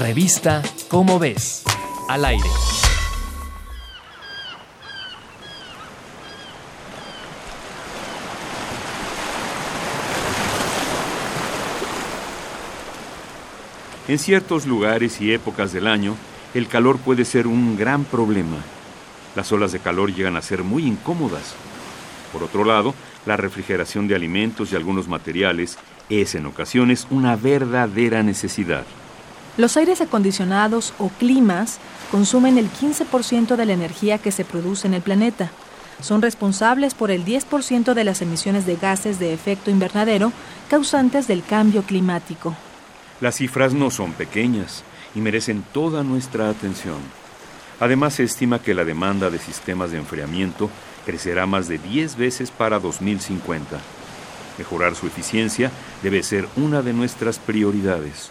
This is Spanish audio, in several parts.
Revista Cómo Ves, al aire. En ciertos lugares y épocas del año, el calor puede ser un gran problema. Las olas de calor llegan a ser muy incómodas. Por otro lado, la refrigeración de alimentos y algunos materiales es en ocasiones una verdadera necesidad. Los aires acondicionados o climas consumen el 15% de la energía que se produce en el planeta. Son responsables por el 10% de las emisiones de gases de efecto invernadero causantes del cambio climático. Las cifras no son pequeñas y merecen toda nuestra atención. Además, se estima que la demanda de sistemas de enfriamiento crecerá más de 10 veces para 2050. Mejorar su eficiencia debe ser una de nuestras prioridades.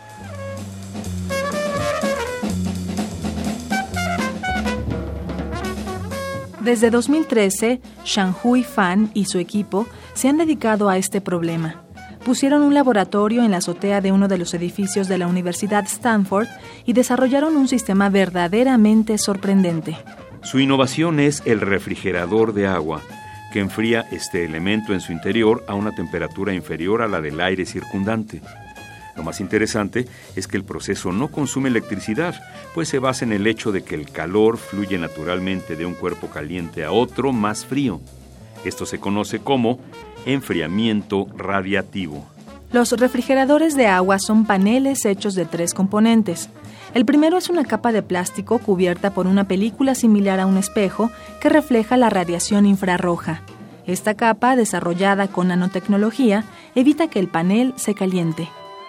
Desde 2013, Xianghui Fan y su equipo se han dedicado a este problema. Pusieron un laboratorio en la azotea de uno de los edificios de la Universidad Stanford y desarrollaron un sistema verdaderamente sorprendente. Su innovación es el refrigerador de agua, que enfría este elemento en su interior a una temperatura inferior a la del aire circundante. Lo más interesante es que el proceso no consume electricidad, pues se basa en el hecho de que el calor fluye naturalmente de un cuerpo caliente a otro más frío. Esto se conoce como enfriamiento radiativo. Los refrigeradores de agua son paneles hechos de 3 componentes. El primero es una capa de plástico cubierta por una película similar a un espejo que refleja la radiación infrarroja. Esta capa, desarrollada con nanotecnología, evita que el panel se caliente.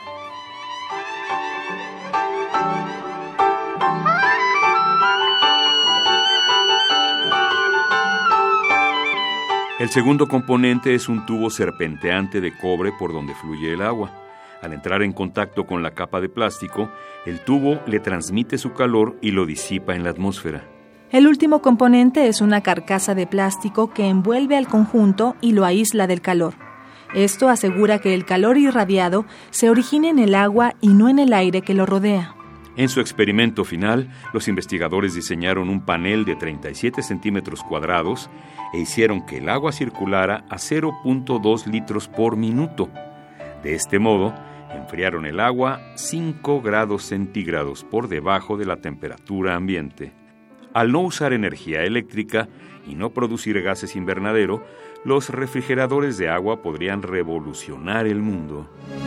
El segundo componente es un tubo serpenteante de cobre por donde fluye el agua. Al entrar en contacto con la capa de plástico, el tubo le transmite su calor y lo disipa en la atmósfera. El último componente es una carcasa de plástico que envuelve al conjunto y lo aísla del calor. Esto asegura que el calor irradiado se origine en el agua y no en el aire que lo rodea. En su experimento final, los investigadores diseñaron un panel de 37 centímetros cuadrados e hicieron que el agua circulara a 0.2 litros por minuto. De este modo, enfriaron el agua 5 grados centígrados por debajo de la temperatura ambiente. Al no usar energía eléctrica y no producir gases invernadero, los refrigeradores de agua podrían revolucionar el mundo.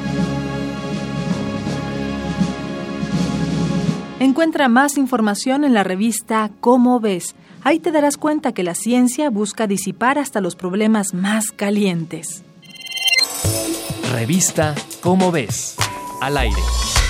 Encuentra más información en la revista Cómo Ves. Ahí te darás cuenta que la ciencia busca disipar hasta los problemas más calientes. Revista Cómo Ves, al aire.